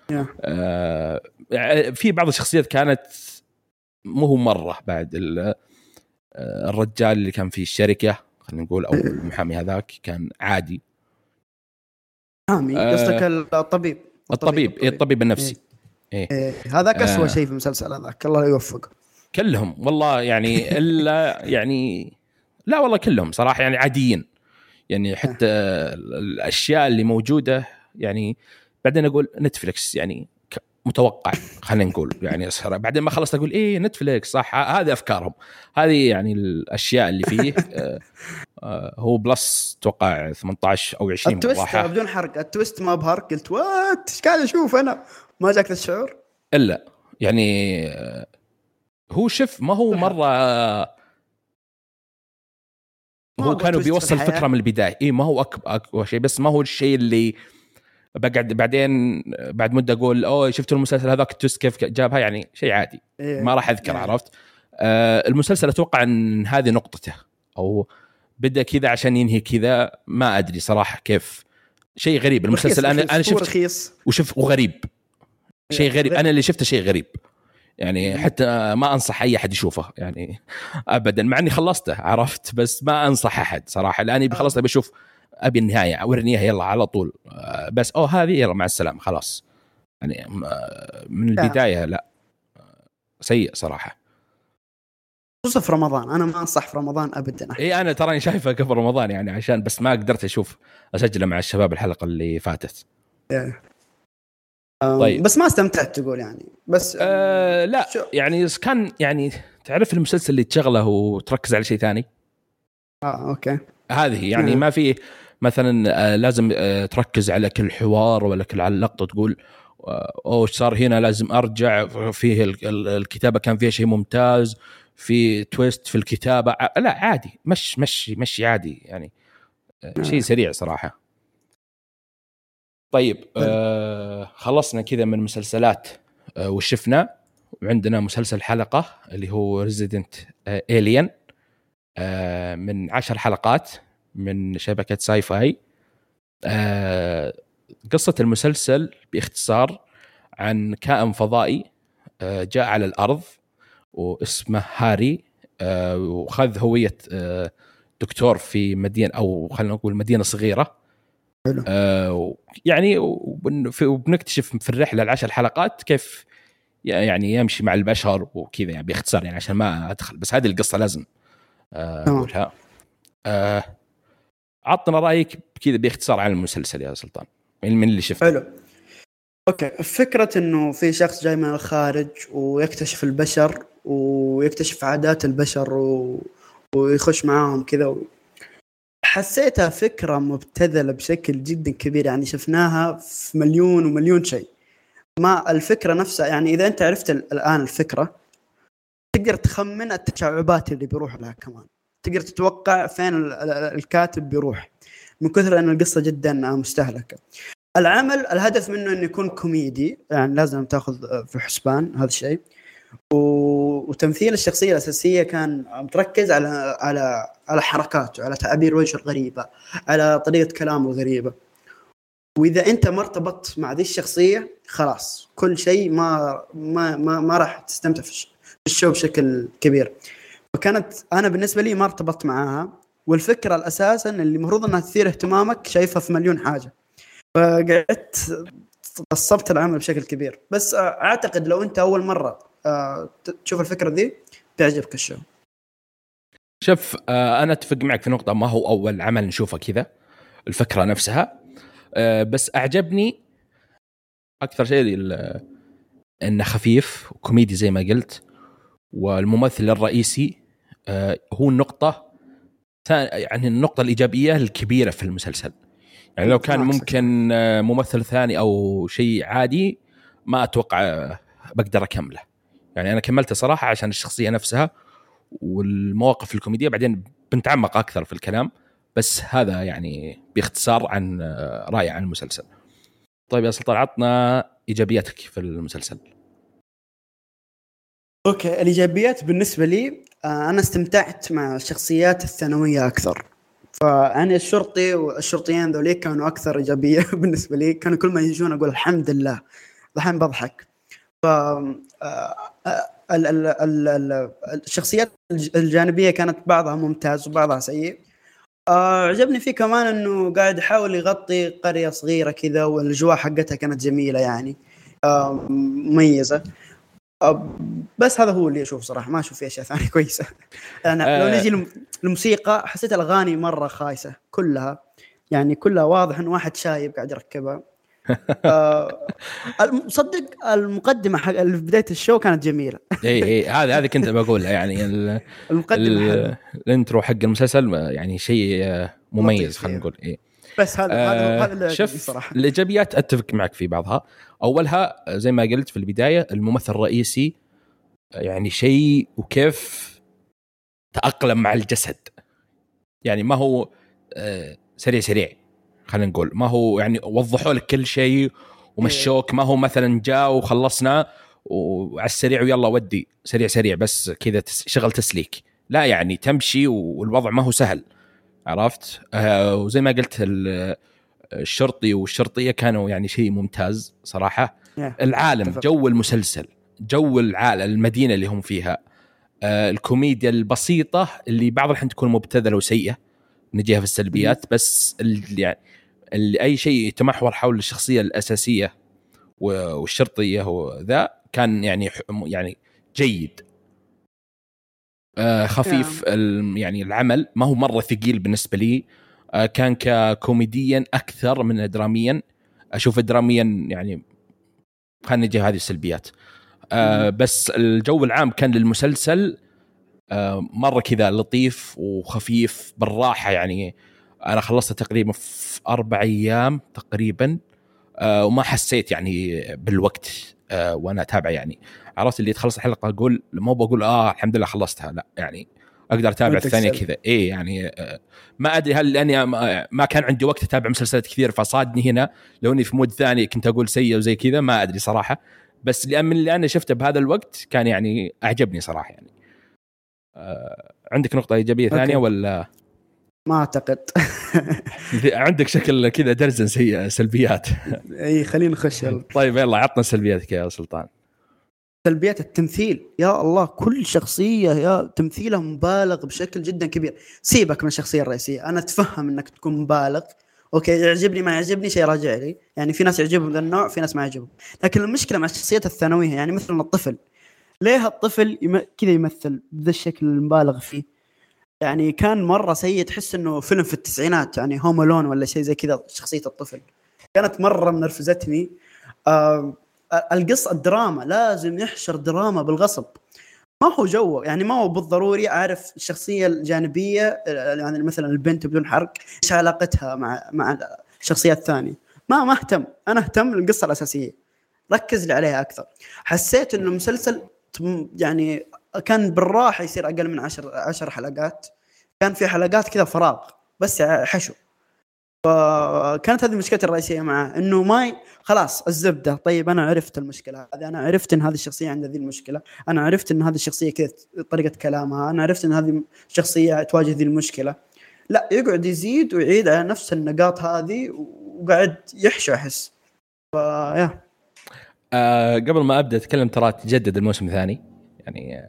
في بعض الشخصيات كانت مو هو مرة بعد الرجال اللي كان في الشركة خلينا نقول أو المحامي هذاك كان عادي. محامي قصدك الطبيب النفسي. هذاك أسوأ شيء في المسلسل هذاك، الله يوفقه. كلهم والله يعني إلا يعني لا والله كلهم صراحة يعني عاديين يعني. حتى الأشياء اللي موجودة يعني بعدين أقول نتفليكس يعني متوقع خلينا نقول يعني. بعدين ما خلصت أقول إيه نتفليكس صح، هذه أفكارهم هذه يعني الأشياء اللي فيه. هو بلس توقع 18 أو 20 التويست بدون حرق، التويست ما بحرق. قلت وات إيش قاعد أشوف أنا؟ ما جاك الشعور إلا يعني هو شف ما هو مرة هو كانوا بيوصل فكرة من البداية. إيه ما هو أكبر شيء، بس ما هو الشيء اللي بقعد بعدين بعد مدة أقول أوه شفت المسلسل هذاك التويست كيف جابها، يعني شيء عادي ما راح أذكر. عرفت المسلسل أتوقع أن هذه نقطته، أو بدأ كذا عشان ينهي كذا، ما أدري صراحة كيف. شيء غريب المسلسل. أنا شفت وشوف وغريب شيء غريب. أنا اللي شفته شيء غريب يعني. حتى ما أنصح أي أحد يشوفه يعني أبدا، مع أني خلصته عرفت، بس ما أنصح أحد صراحة. لأني بخلصته بشوف أبي النهاية أورنيها يلا على طول، بس هذه يلا مع السلامة خلاص يعني. من البداية لا سيء صراحة، خصوصا في رمضان. أنا ما أنصح في رمضان أبدا. إيه أنا تراني شايفه قبل رمضان يعني، عشان بس ما قدرت أسجله مع الشباب الحلقة اللي فاتت. طيب بس ما استمتعت تقول يعني. بس لا يعني كان يعني تعرف المسلسل اللي تشغله وتركز على شيء ثاني. أوكي هذه يعني ما في مثلا لازم تركز على كل حوار ولا كل على لقطة تقول أوه صار هنا لازم أرجع فيه الكتابة كان فيها شيء ممتاز، في تويست في الكتابة. لا عادي مشي عادي يعني. شيء سريع صراحة. طيب خلصنا كذا من المسلسلات وشفنا. وعندنا مسلسل حلقة اللي هو ريزيدنت إيليان من 10 حلقات من شبكة ساي فاي. قصة المسلسل باختصار عن كائن فضائي جاء على الأرض واسمه هاري، وخذ هوية دكتور في مدينة أو خلينا نقول مدينة صغيرة. يعني وبنكتشف في الرحلة ال10 حلقات كيف يعني يمشي مع البشر وكذا يعني باختصار يعني عشان ما أدخل، بس هذه القصة لازم أقولها. عطنا رأيك كذا باختصار عن المسلسل يا سلطان من اللي شفته. حلو. أوكي، فكرة إنه في شخص جاي من الخارج ويكتشف البشر ويكتشف عادات البشر ويخش معاهم كذا حسيتها فكرة مبتذلة بشكل جدا كبير يعني. شفناها في مليون ومليون شيء. ما الفكرة نفسها يعني إذا أنت عرفت الآن الفكرة تقدر تخمن التشعبات اللي بيروح لها، كمان تقدر تتوقع فين الكاتب بيروح من كثر أن القصة جدا مستهلكة. العمل الهدف منه أنه يكون كوميدي يعني، لازم تأخذ في حسبان هذا الشيء. وتمثيل الشخصية الأساسية كان متركز على حركاته، على تعابير وجهه الغريبة، على طريقة كلامه الغريبة. وإذا أنت مرتبط مع ذي الشخصية خلاص كل شيء ما راح تستمتع في الشو بشكل كبير. فكانت أنا بالنسبة لي ما ارتبطت معاها، والفكرة الأساسا اللي المفروض أنها تثير اهتمامك شايفها في مليون حاجة، فقعدت قصبت العمل بشكل كبير. بس أعتقد لو أنت أول مرة تشوف الفكرة دي تعجبك الشو. شوف انا اتفق معك في نقطه، ما هو اول عمل نشوفه كذا الفكره نفسها، بس اعجبني اكثر شيء انه خفيف وكوميدي زي ما قلت، والممثل الرئيسي هو النقطه يعني النقطه الايجابيه الكبيره في المسلسل. يعني لو كان ممكن ممثل ثاني او شيء عادي ما اتوقع بقدر اكمله. يعني انا كملته صراحه عشان الشخصيه نفسها والمواقف الكوميديه، بعدين بنتعمق اكثر في الكلام، بس هذا يعني باختصار عن رايي عن المسلسل. طيب يا سلطان، عطنا ايجابياتك في المسلسل. اوكي، الايجابيات بالنسبه لي انا استمتعت مع الشخصيات الثانويه اكثر. فأنا الشرطي والشرطيين ذوليك كانوا أكثر إيجابية بالنسبة لي. كانوا كل ما يجون أقول الحمد لله، الحين بضحك. ف الشخصيات الجانبية كانت بعضها ممتاز وبعضها سيء. عجبني فيه كمان إنه قاعد يحاول يغطي قرية صغيرة كذا، والأجواء حقتها كانت جميلة يعني، مميزة. بس هذا هو اللي أشوف صراحة، ما أشوف فيه أشياء ثانية كويسة. أنا لو نجي الموسيقى حسيت الأغاني مرة خايسة كلها، يعني كلها واضح إنه واحد شايب قاعد يركبها. صدق المقدمة حق في بداية الشو كانت جميلة. إيه هذا كنت بقولها يعني المقدمة الانترو حق المسلسل يعني شيء مميز خلينا نقول. إيه بس هذا شوف الإيجابيات أتفق معك في بعضها. أولها زي ما قلت في البداية، الممثل الرئيسي يعني شيء، وكيف تأقلم مع الجسد. يعني ما هو سريع خلينا نقول، ما هو يعني وضحوا لك كل شيء ومشوك، ما هو مثلا جاء وخلصنا وعلى السريع ويلا ودي سريع بس كذا شغل تسليك. لا يعني تمشي والوضع ما هو سهل، عرفت؟ وزي ما قلت الشرطي والشرطية كانوا يعني شيء ممتاز صراحة. العالم جو المسلسل، جو العالم، المدينة اللي هم فيها، الكوميديا البسيطة اللي بعض الحين تكون مبتذلة وسيئة نجيها في السلبيات، بس اللي أي شيء يتمحور حول الشخصية الأساسية والشرطية وذا كان يعني جيد. خفيف يعني العمل ما هو مرة ثقيل بالنسبة لي. كان ككوميديا أكثر من دراميا. أشوف دراميا يعني خلينا نجي هذه السلبيات. بس الجو العام كان للمسلسل مرة كذا لطيف وخفيف بالراحة. يعني أنا خلصت تقريبا في 4 أيام تقريبا، وما حسيت يعني بالوقت وأنا أتابع. يعني عرفت اللي تخلص الحلقة أقول ما بقول الحمد لله خلصتها، لا يعني أقدر أتابع الثانية كذا. إيه يعني ما أدري هل لأني ما كان عندي وقت أتابع مسلسلات كثير فصادني هنا. لو إني في مود ثاني كنت أقول سيء وزي كذا، ما أدري صراحة. بس من اللي أنا شفته بهذا الوقت كان يعني أعجبني صراحة. يعني عندك نقطة إيجابية ثانية ولا؟ ما أعتقد. عندك شكل كذا درزن سلبيات. أي خلينا نخش. طيب يلا عطنا سلبياتك يا سلطان. سلبيات التمثيل، يا الله كل شخصية يا تمثيلها مبالغ بشكل جدا كبير. سيبك من الشخصية الرئيسية، أنا أتفهم أنك تكون مبالغ، أوكي يعجبني ما يعجبني شيء راجع لي. يعني في ناس يعجبهم ذا النوع، في ناس ما يعجبهم. لكن المشكلة مع الشخصيات الثانوية، يعني مثلا الطفل، ليه الطفل كذا يمثل بذا الشكل المبالغ فيه؟ يعني كان مرة سيء، تحس إنه فيلم في التسعينات، يعني هوم ألون ولا شيء زي كذا. شخصية الطفل كانت مرة منرفزتني. القصة الدراما لازم يحشر دراما بالغصب، ما هو جو. يعني ما هو بالضروري أعرف الشخصية الجانبية، يعني مثلا البنت بدون حرق إيش علاقتها مع الشخصية الثانية. ما اهتم، أنا اهتم للقصة الأساسية، ركز لي عليها أكثر. حسيت إنه مسلسل يعني كان بالراحة يصير أقل من 10 حلقات. كان في حلقات كذا فراغ بس حشو. فكانت هذه المشكلة الرئيسية معه، إنه ما خلاص الزبدة. طيب أنا عرفت المشكلة هذه، أنا عرفت إن هذه الشخصية عندها ذي المشكلة، أنا عرفت إن هذه الشخصية كذا طريقة كلامها، أنا عرفت إن هذه الشخصية تواجه ذي المشكلة. لا، يقعد يزيد ويعيد على نفس النقاط هذه وقاعد يحشو أحس. قبل ما أبدأ أتكلم، ترى تجدد الموسم الثاني يعني.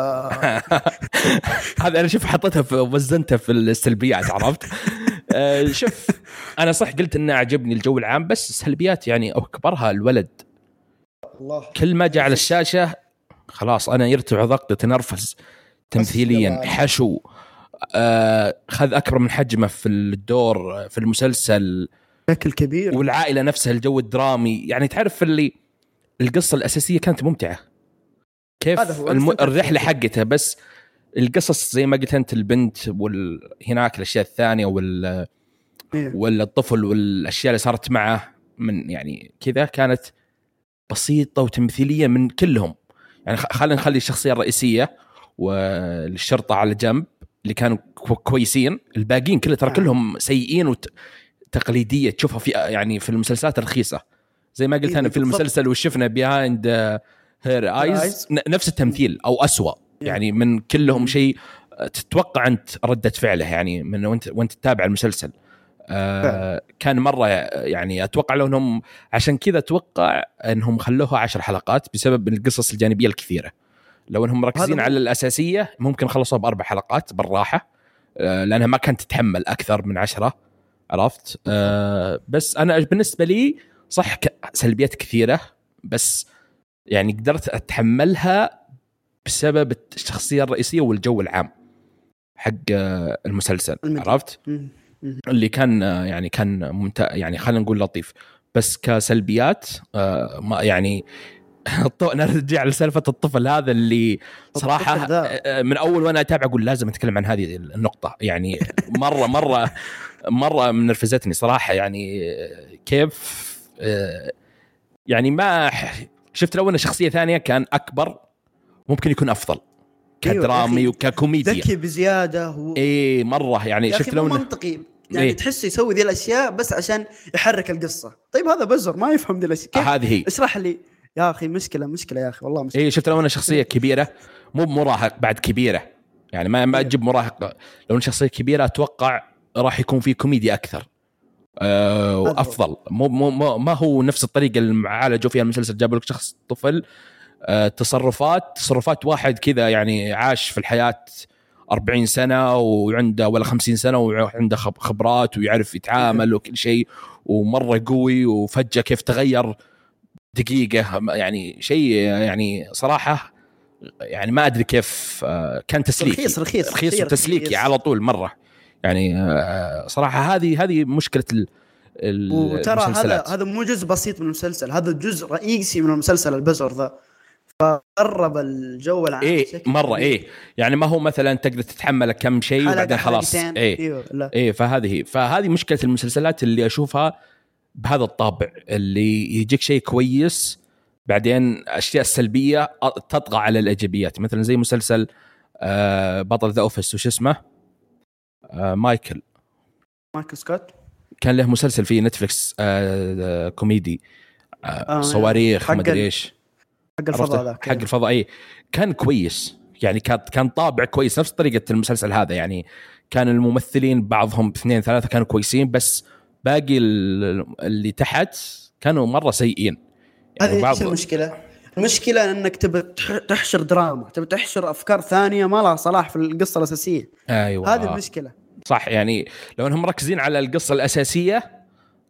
هذا أنا شوف حطيتها وزنتها في السلبيات، عرفت؟ شوف أنا صح قلت إن أعجبني الجو العام، بس السلبيات يعني أكبرها الولد. الله، كل ما جاء على الشاشة خلاص أنا يرتفع ضغطي، تنرفز تمثيليا، حشو. خذ اكبر من حجمه في الدور في المسلسل بشكل كبير، والعائله نفسها الجو الدرامي. يعني تعرف اللي القصه الاساسيه كانت ممتعه كيف الرحله حقتها، بس القصص زي ما قلت انت البنت هناك الاشياء الثانيه والطفل والاشياء اللي صارت معه من يعني كذا كانت بسيطه وتمثيليه من كلهم. يعني خلينا نخلي الشخصيه الرئيسيه والشرطه على جنب اللي كانوا كويسين، الباقيين كله ترى كلهم سيئين وتقليديه تشوفها في يعني في المسلسلات الرخيصه زي ما قلت انا في المسلسل وشفنا بيهايند هير ايز نفس التمثيل او أسوأ. يعني من كلهم شيء تتوقع انت ردة فعله يعني من وانت تتابع المسلسل. كان مرة يعني أتوقع لهم عشان كذا أتوقع أنهم خلوها 10 حلقات بسبب القصص الجانبية الكثيرة. لو أنهم مركزين على الأساسية ممكن خلصوا ب4 حلقات بالراحة، لأنها ما كانت تتحمل أكثر من 10. عرفت؟ بس أنا بالنسبة لي صح سلبيات كثيرة، بس يعني قدرت أتحملها بسبب الشخصية الرئيسية والجو العام حق المسلسل. عرفت؟ اللي كان يعني كان ممتع، يعني خلينا نقول لطيف. بس كسلبيات ما يعني نرجع لسالفة الطفل هذا اللي صراحة من أول وأنا أتابع أقول لازم أتكلم عن هذه النقطة. يعني مرة من نرفزتني صراحة. يعني كيف يعني ما شفت لو أن شخصية ثانية كان أكبر ممكن يكون أفضل كدرامي وككوميديا، ذكي بزيادة إيه مرة. يعني شفت لو منطقي يعني تحس يسوي ذي الأشياء بس عشان يحرك القصة. طيب هذا بزر ما يفهم ذي الأشياء. هذه هي. اشرح لي يا أخي. مشكلة يا أخي والله مشكلة. إيه شفت لو أنا شخصية كبيرة مو مراهق بعد كبيرة، يعني ما أجيب مراهق. لو أنا شخصية كبيرة أتوقع راح يكون في كوميديا أكثر وأفضل. ما هو نفس الطريقة اللي عالجوا فيها المسلسل. جابوا لك شخص طفل تصرفات واحد كذا يعني عاش في الحياة 40 سنة وعنده ولا 50 سنة وعنده خبرات ويعرف يتعامل وكل شيء ومرة قوي، وفجأة كيف تغير دقيقة. يعني شيء يعني صراحة يعني ما أدري كيف كان تسليكي رخيص وتسليكي على طول مرة. يعني صراحة هذه مشكلة وترى هذا مو جزء بسيط من المسلسل، هذا جزء رئيسي من المسلسل البزر ذا. فقرب الجو العام مرة يعني ما هو مثلا تقدر تتحمل كم شيء وبعدين خلاص. فهذه مشكلة المسلسلات اللي أشوفها بهذا الطابع، اللي يجيك شيء كويس بعدين أشياء السلبية تطغى على الإيجابيات. مثلا زي مسلسل بطل ذا أوفيس وش اسمه مايكل سكوت، كان له مسلسل في نتفليكس كوميدي صواريخ ما أدري إيش حق الفضاء. كان كويس يعني كان طابع كويس نفس طريقة المسلسل هذا. يعني كان الممثلين بعضهم 2-3 كانوا كويسين، بس باقي اللي تحت كانوا مرة سيئين. يعني هذه المشكلة أنك تبي تحشر دراما، تبي تحشر أفكار ثانية ما لها صلاح في القصة الأساسية. أيوة. هذه المشكلة صح. يعني لو أنهم مركزين على القصة الأساسية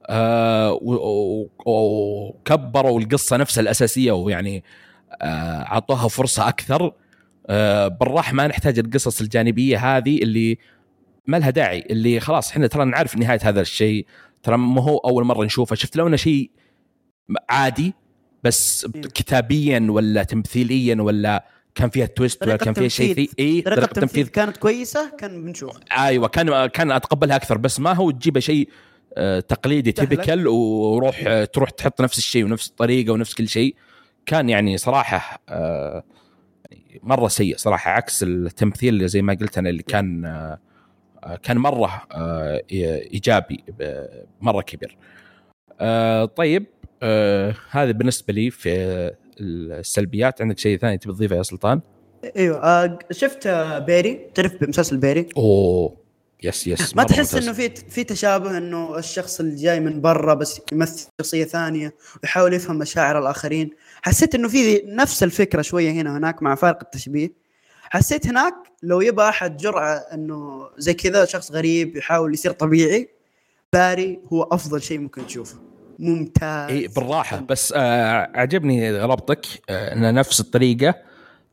وكبروا القصة نفسها الأساسية ويعني عطوها فرصة أكثر بالراحة، ما نحتاج القصص الجانبية هذه اللي ما لها داعي، اللي خلاص إحنا ترى نعرف نهاية هذا الشيء، ترى ما هو أول مرة نشوفه. شفت لو أنه شيء عادي بس كتابيا ولا تمثيليا ولا كان فيها تويست ولا كان فيها شيء طريقة التنفيذ كانت كويسة كان بنشوف. أيوة كان أتقبلها أكثر، بس ما هو تجيب شيء تقليدي تيبيكال تروح تحط نفس الشيء ونفس الطريقة ونفس كل شيء. كان يعني صراحة مرة سيء صراحة، عكس التمثيل زي ما قلت أنا اللي كان مرة إيجابي مرة كبير. طيب هذا بالنسبة لي في السلبيات. عندك شيء ثاني تبي تضيفه يا سلطان؟ ايوه شفت بيري، تعرف بمسلسل بيري؟ يس ما تحس انه في تشابه، انه الشخص اللي جاي من برا بس يمثل شخصية ثانية ويحاول يفهم مشاعر الآخرين؟ حسيت انه في نفس الفكرة شوية هنا هناك مع فارق التشبيه. حسيت هناك لو يبقى أحد جرعة انه زي كذا شخص غريب يحاول يصير طبيعي، باري هو أفضل شيء ممكن تشوفه. ممتاز بالراحة. بس عجبني ربطك أن نفس الطريقة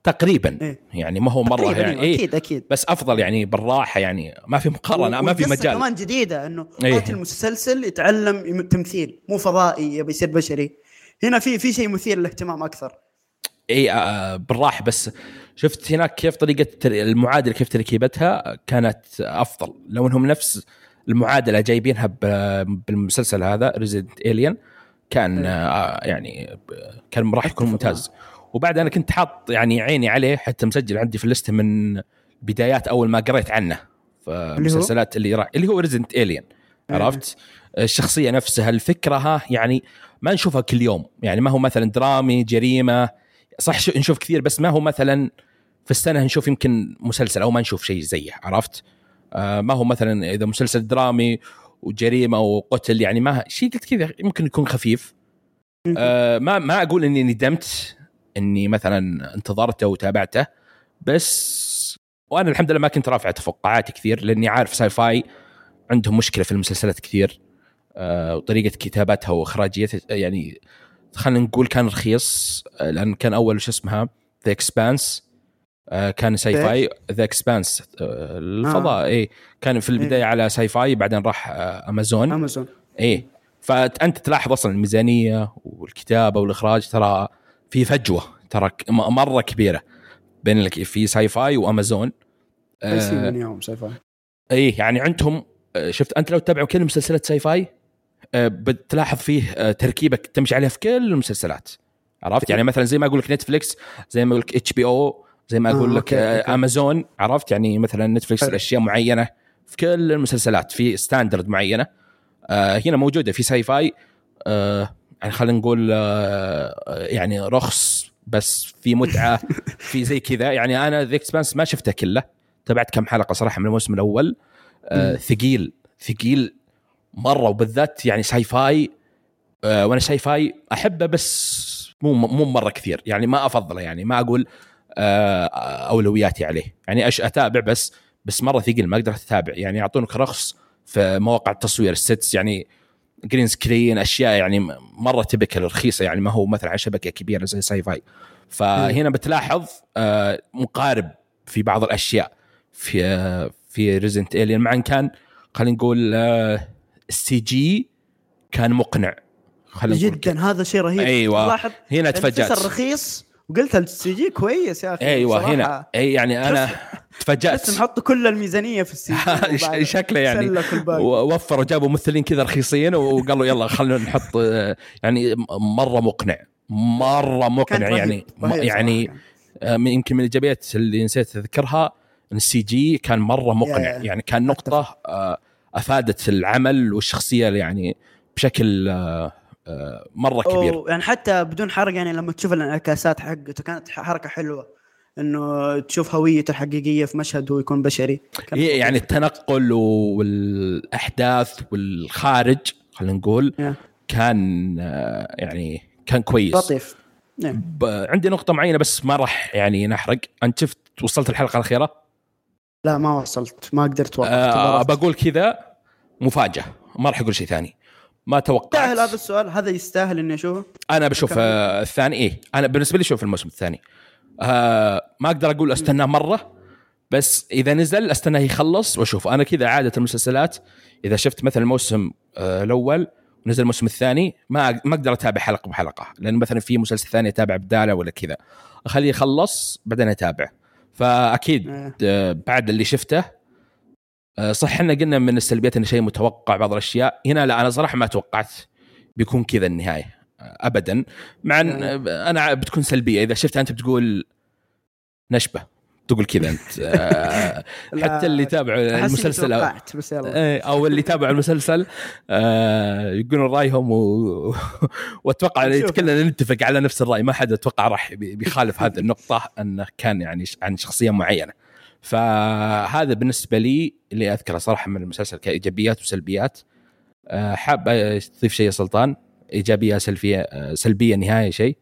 تقريبا إيه. يعني ما هو مره تقريباً، يعني اكيد اكيد. بس افضل يعني بالراحه، يعني ما في مقارنه، ما في والقصة مجال. كمان جديدة انه إيه. قاتل مسلسل يتعلم تمثيل، مو فضائي يبي يصير بشري. هنا في شيء مثير للاهتمام اكثر. اي بالراحه. بس شفت هناك كيف طريقه المعادله كيف تركيبتها كانت افضل. لو انهم نفس المعادله جايبينها بالمسلسل هذا ريزيدنت الين كان يعني كان راح يكون ممتاز. وبعد انا كنت حاط يعني عيني عليه، حتى مسجل عندي في الليسته من بدايات اول ما قريت عنه في المسلسلات اللي هو ريزيدنت الين. عرفت الشخصيه نفسها، الفكره ها يعني ما نشوفها كل يوم، يعني ما هو مثلا درامي جريمه صح نشوف كثير، بس ما هو مثلا في السنه نشوف يمكن مسلسل او ما نشوف شيء زيه. عرفت ما هو مثلا اذا مسلسل درامي وجريمه وقتل يعني ما شيء كذا يمكن يكون خفيف. ما اقول اني ندمت اني مثلا انتظرته وتابعته، بس وانا الحمد لله ما كنت رافع توقعاتي كثير، لاني عارف ساي فاي عندهم مشكله في المسلسلات كثير. وطريقه كتابتها واخراجيتها يعني خلينا نقول كان رخيص، لان كان اول شو اسمها ذا اكسبانس، كان ساي فاي. ذا اكسبانس الفضاء. ايه كان في البدايه على ساي فاي، بعدين راح امازون. ايه فانت تلاحظ اصلا الميزانيه والكتابه والاخراج ترى في فجوه، ترى مره كبيره بين في ساي فاي وامازون. من يوم ساي فاي. ايه يعني عندهم شفت انت لو تتابعوا كل مسلسلات ساي فاي بتلاحظ فيه تركيبك تمشي عليها في كل المسلسلات. عرفت يعني مثلا زي ما اقول لك نتفليكس، زي ما اقول لك اتش بي او، زي ما اقول لك امازون. عرفت يعني مثلا نتفليكس الاشياء معينه في كل المسلسلات في ستاندرد معينه. هنا موجوده في ساي فاي. يعني خلينا نقول يعني رخص بس في متعه في زي كذا. يعني انا ذا اكسبانس ما شفته كله، تابعت كم حلقه صراحه من الموسم الاول. ثقيل مره، وبالذات يعني ساي فاي. وانا ساي فاي احبه بس مو مره كثير، يعني ما افضله، يعني ما اقول اولوياتي عليه. يعني اتابع بس مره ثقيل ما اقدر اتابع. يعني يعطونك رخص في مواقع التصوير السيتس، يعني جرين سكرين اشياء يعني مره تبكل رخيصه، يعني ما هو مثلا على شبكه كبيره زي ساي فاي. فهنا بتلاحظ مقارب في بعض الاشياء في ريزنت الين، مع ان كان خلينا نقول السي جي كان مقنع جدا. هذا شيء رهيب. أيوة. هنا تفاجأت رخيص وقلت السي جي كويس يا اخي. ايوه هنا اي يعني انا تفاجأت. بس نحطوا كل الميزانيه في السي جي شكله يعني وفروا جابوا ممثلين كذا رخيصين وقالوا يلا خلونا نحط. يعني مره مقنع يعني يعني يمكن من الايجابيات اللي نسيت اذكرها ان السي جي كان مره مقنع. يعني كان نقطه افادت العمل والشخصيه يعني بشكل مره كبير. يعني حتى بدون حرق، يعني لما تشوف الانعكاسات حقته كانت حركه حلوه، انه تشوف هويته الحقيقيه في مشهد ويكون بشري. يعني التنقل والاحداث والخارج خلينا نقول كان يعني كان كويس لطيف. عندي نقطه معينه بس ما راح يعني نحرق. انت شفت وصلت الحلقه الاخيره؟ لا ما وصلت، ما قدرت اوقف. بقول كذا مفاجاه، ما راح اقول شيء ثاني. ما توقعت. يستاهل هذا السؤال؟ هذا يستاهل اني اشوفه؟ انا بشوف الثاني. ايه انا بالنسبه لي شوف الموسم الثاني. ما اقدر اقول استناه مره، بس اذا نزل استناه يخلص واشوف. انا كذا عاده المسلسلات اذا شفت مثلا الموسم الاول ونزل الموسم الثاني ما اقدر اتابع حلقه بحلقه، لان مثلا في مسلسل ثاني اتابع بداله ولا كذا، اخليه يخلص بعدين اتابع. فاكيد بعد اللي شفته صح احنا قلنا من السلبيات ان شيء متوقع بعض الاشياء. هنا لا، انا صراحه ما توقعت بيكون كذا النهايه ابدا، مع ان انا بتكون سلبيه. اذا شفت انت بتقول نشبه، تقول كذا انت حتى اللي تابع المسلسل او اللي تابع المسلسل يقولون رايهم واتوقع كلنا نتفق على نفس الراي، ما حد اتوقع راح بيخالف هذه النقطه انه كان يعني عن شخصيه معينه. فهذا بالنسبه لي اللي اذكره صراحه من المسلسل كايجابيات وسلبيات. حاب تضيف شيء يا سلطان؟ ايجابيه سلبيه نهايه شيء؟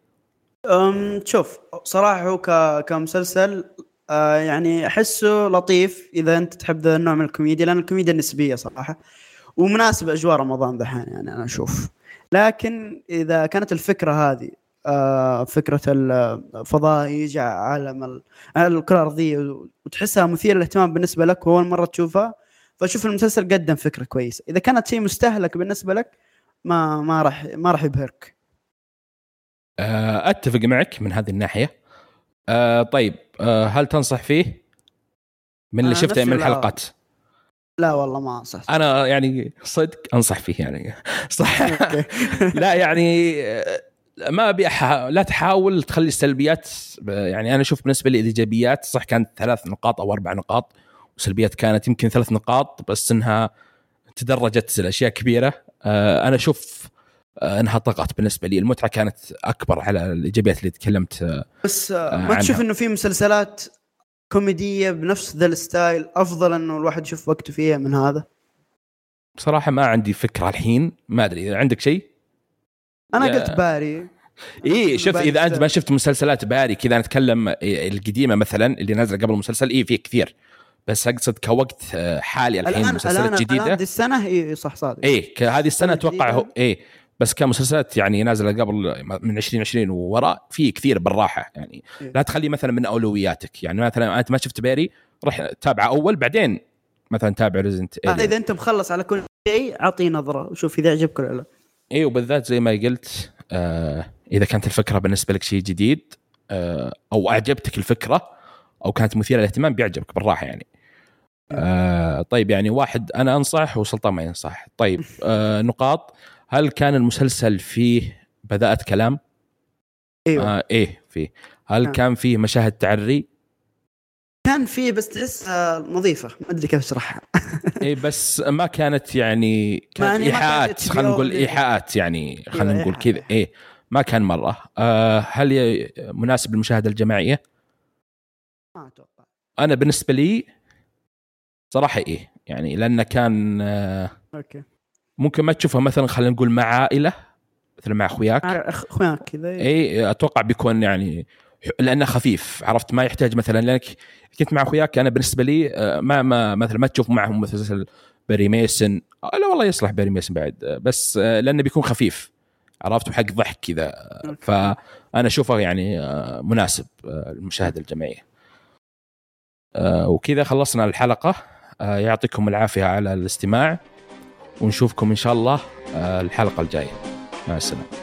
شوف صراحه هو كمسلسل يعني احسه لطيف اذا انت تحب ذا النوع من الكوميديا، لان الكوميديا نسبيه صراحه ومناسب اجواء رمضان دحين يعني انا اشوف. لكن اذا كانت الفكره هذه فكرة الفضاء يجي عالم الكرة الأرضية وتحسها مثيرة للاهتمام بالنسبة لك وأول مرة تشوفها، فشوف المسلسل قدم فكرة كويسة. إذا كانت شيء مستهلك بالنسبة لك ما راح يبهرك. أتفق معك من هذه الناحية. طيب هل تنصح فيه من اللي شفته من الحلقات؟ لا والله ما أنصح. أنا يعني صدق أنصح فيه يعني صح. لا يعني ما أبي لا تحاول تخلي السلبيات، يعني أنا أشوف بالنسبة لي الإيجابيات صح كانت 3 نقاط أو 4 نقاط، وسلبيات كانت يمكن 3 نقاط بس إنها تدرجت الأشياء كبيرة. أنا أشوف انها طغت بالنسبه لي، المتعه كانت اكبر على الايجابيات اللي تكلمت بس ما تشوف انه في مسلسلات كوميديه بنفس ذا الستايل افضل انه الواحد يشوف وقته فيها من هذا؟ بصراحه ما عندي فكره الحين، ما ادري اذا عندك شيء. انا قلت باري. شوف اذا انت ما شفت مسلسلات باري كذا، نتكلم القديمه مثلا اللي نازله قبل المسلسل في كثير، بس اقصد كوقت حالي الحين مسلسلات جديده هذه السنه صح صادق. هذه السنه اتوقع بس كمسلسلات يعني نازله قبل من 2020 ووراء في كثير بالراحه يعني. لا تخلي مثلا من اولوياتك، يعني مثلا انت ما شفت باري رح تابع اول بعدين مثلا تابع ريزنت اذا انت مخلص على كل شيء اعطيه نظره وشوف اذا عجبك ولا لا. وبالذات زي ما قلت اذا كانت الفكره بالنسبه لك شيء جديد او اعجبتك الفكره او كانت مثيره للاهتمام بيعجبك بالراحه يعني. طيب يعني واحد انا انصح وسلطان ما ينصح. طيب نقاط. هل كان المسلسل فيه بدأت كلام؟ ايوه فيه. هل كان فيه مشاهد تعري؟ كان فيه بس تحس نظيفة، ما ادري كيف اشرحها. بس ما كانت يعني كان ايحاءات، خلينا نقول ايحاءات يعني، خلينا نقول كذا ما كان مرة. هل مناسب للمشاهدة الجماعية؟ ما اتوقع. انا بالنسبة لي صراحة يعني لأنه كان اوكي ممكن ما تشوفها مثلا خلينا نقول مع عائلة مثل مع اخوياك كذا. اتوقع بيكون يعني لانه خفيف، عرفت، ما يحتاج مثلا لانك كنت مع اخوياك. انا بالنسبه لي ما مثلا ما تشوف معهم مثل باري ميسن، لا والله يصلح باري ميسن بعد، بس لانه بيكون خفيف، عرفت، وحق ضحك كذا. فانا اشوفه يعني مناسب المشاهده الجماعيه. وكذا خلصنا الحلقه. يعطيكم العافيه على الاستماع، ونشوفكم إن شاء الله الحلقة الجاية. مع السلامة.